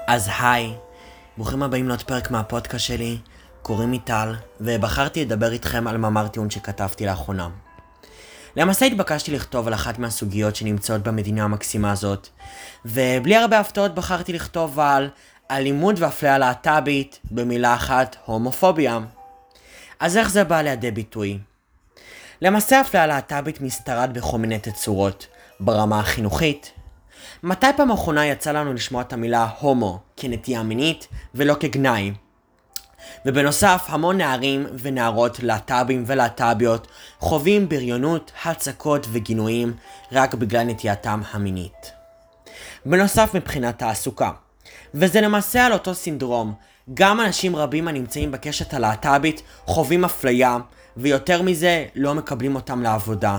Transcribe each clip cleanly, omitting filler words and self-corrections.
אז היי, ברוכים הבאים לעוד פרק מהפודקאסט שלי, קוראים לי טל, ובחרתי לדבר איתכם על מאמר טיעון שכתבתי לאחרונה. למעשה התבקשתי לכתוב על אחת מהסוגיות שנמצאות במדינה המקסימה הזאת, ובלי הרבה הפתעות בחרתי לכתוב על אלימות ואפליה להט"בית, במילה אחת, הומופוביה. אז איך זה בא לידי ביטוי? למעשה אפליה להט"בית משתרעת בכל מיני תצורות, ברמה החינוכית. מתי פעם האחרונה יצא לנו לשמוע את המילה הומו כנטייה מינית ולא כגנאי? ובנוסף, המון נערים ונערות להט"בים ולהט"ביות חווים בריונות, הצקות וגינויים רק בגלל נטייתם המינית. בנוסף, מבחינת תעסוקה. וזה למעשה על אותו סינדרום. גם אנשים רבים הנמצאים בקשת הלהט"בית חווים אפליה, ויותר מזה לא מקבלים אותם לעבודה.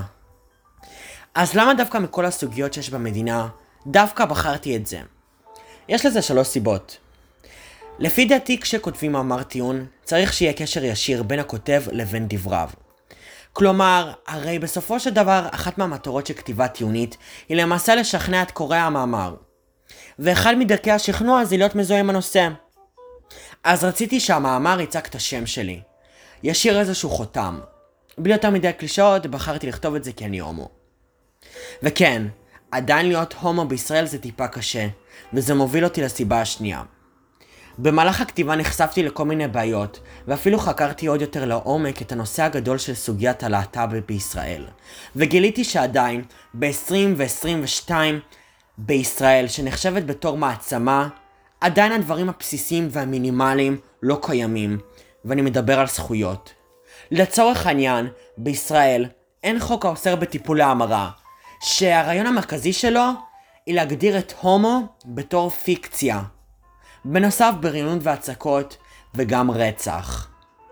אז למה דווקא מכל הסוגיות שיש במדינה, דווקא בחרתי את זה? יש לזה 3 סיבות. לפי דעתי, כשכותבים מאמר טיעון, צריך שיהיה קשר ישיר בין הכותב לבין דבריו. כלומר, הרי בסופו של דבר, אחת מהמטרות של כתיבה טיעונית היא למעשה לשכנע את קורא המאמר. ואחד מדרכי השכנוע זה להיות מזוהה עם הנושא. אז רציתי שהמאמר ייצג את השם שלי. ישיר איזשהו חותם. בלי יותר מדי קלישאות, בחרתי לכתוב את זה כי אני הומו. וכן, עדיין להיות הומו בישראל זה טיפה קשה, וזה מוביל אותי לסיבה השנייה. במהלך הכתיבה נחשפתי לכל מיני בעיות, ואפילו חקרתי עוד יותר לעומק את הנושא הגדול של סוגיית הלהט"ב בישראל. וגיליתי שעדיין, ב-2022 בישראל, שנחשבת בתור מעצמה, עדיין הדברים הבסיסיים והמינימליים לא קיימים, ואני מדבר על זכויות. לצורך העניין, בישראל אין חוק האוסר בטיפול להמרה, שהרעיון המרכזי שלו היא להגדיר את הומו בתור פיקציה. בנוסף, בריונות והצקות וגם רצח.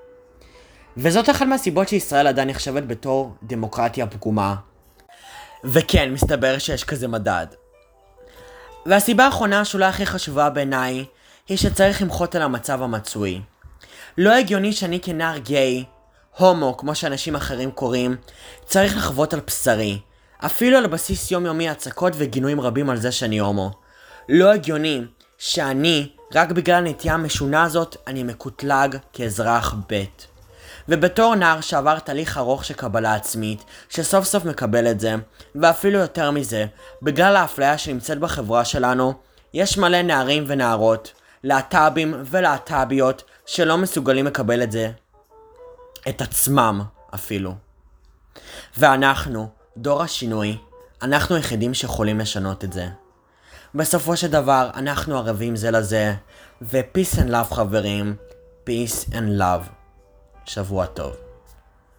וזאת אחת מהסיבות שישראל עדיין נחשבת בתור דמוקרטיה פגומה. וכן, מסתבר שיש כזה מדד. והסיבה האחרונה שאולי הכי חשובה בעיניי היא שצריך למחות על המצב המצוי. לא הגיוני שאני כנער גיי, הומו כמו שאנשים אחרים קוראים, צריך לחוות על בשרי. אפילו על בסיס יומיומי הצקות וגינויים רבים על זה שאני הומו. לא הגיוני שאני, רק בגלל הנטייה המשונה הזאת, אני מקוטלג כאזרח בית. ובתור נער שעבר תהליך ארוך של קבלה עצמית, שסוף סוף מקבל את זה, ואפילו יותר מזה, בגלל האפליה שנמצאת בחברה שלנו, יש מלא נערים ונערות, להט"בים ולהט"ביות, שלא מסוגלים לקבל את זה, את עצמם אפילו. ואנחנו, דור השינוי, אנחנו היחידים שיכולים לשנות את זה. בסופו של דבר, אנחנו ערבים זה לזה, ו-peace and love חברים, peace and love. שבוע טוב.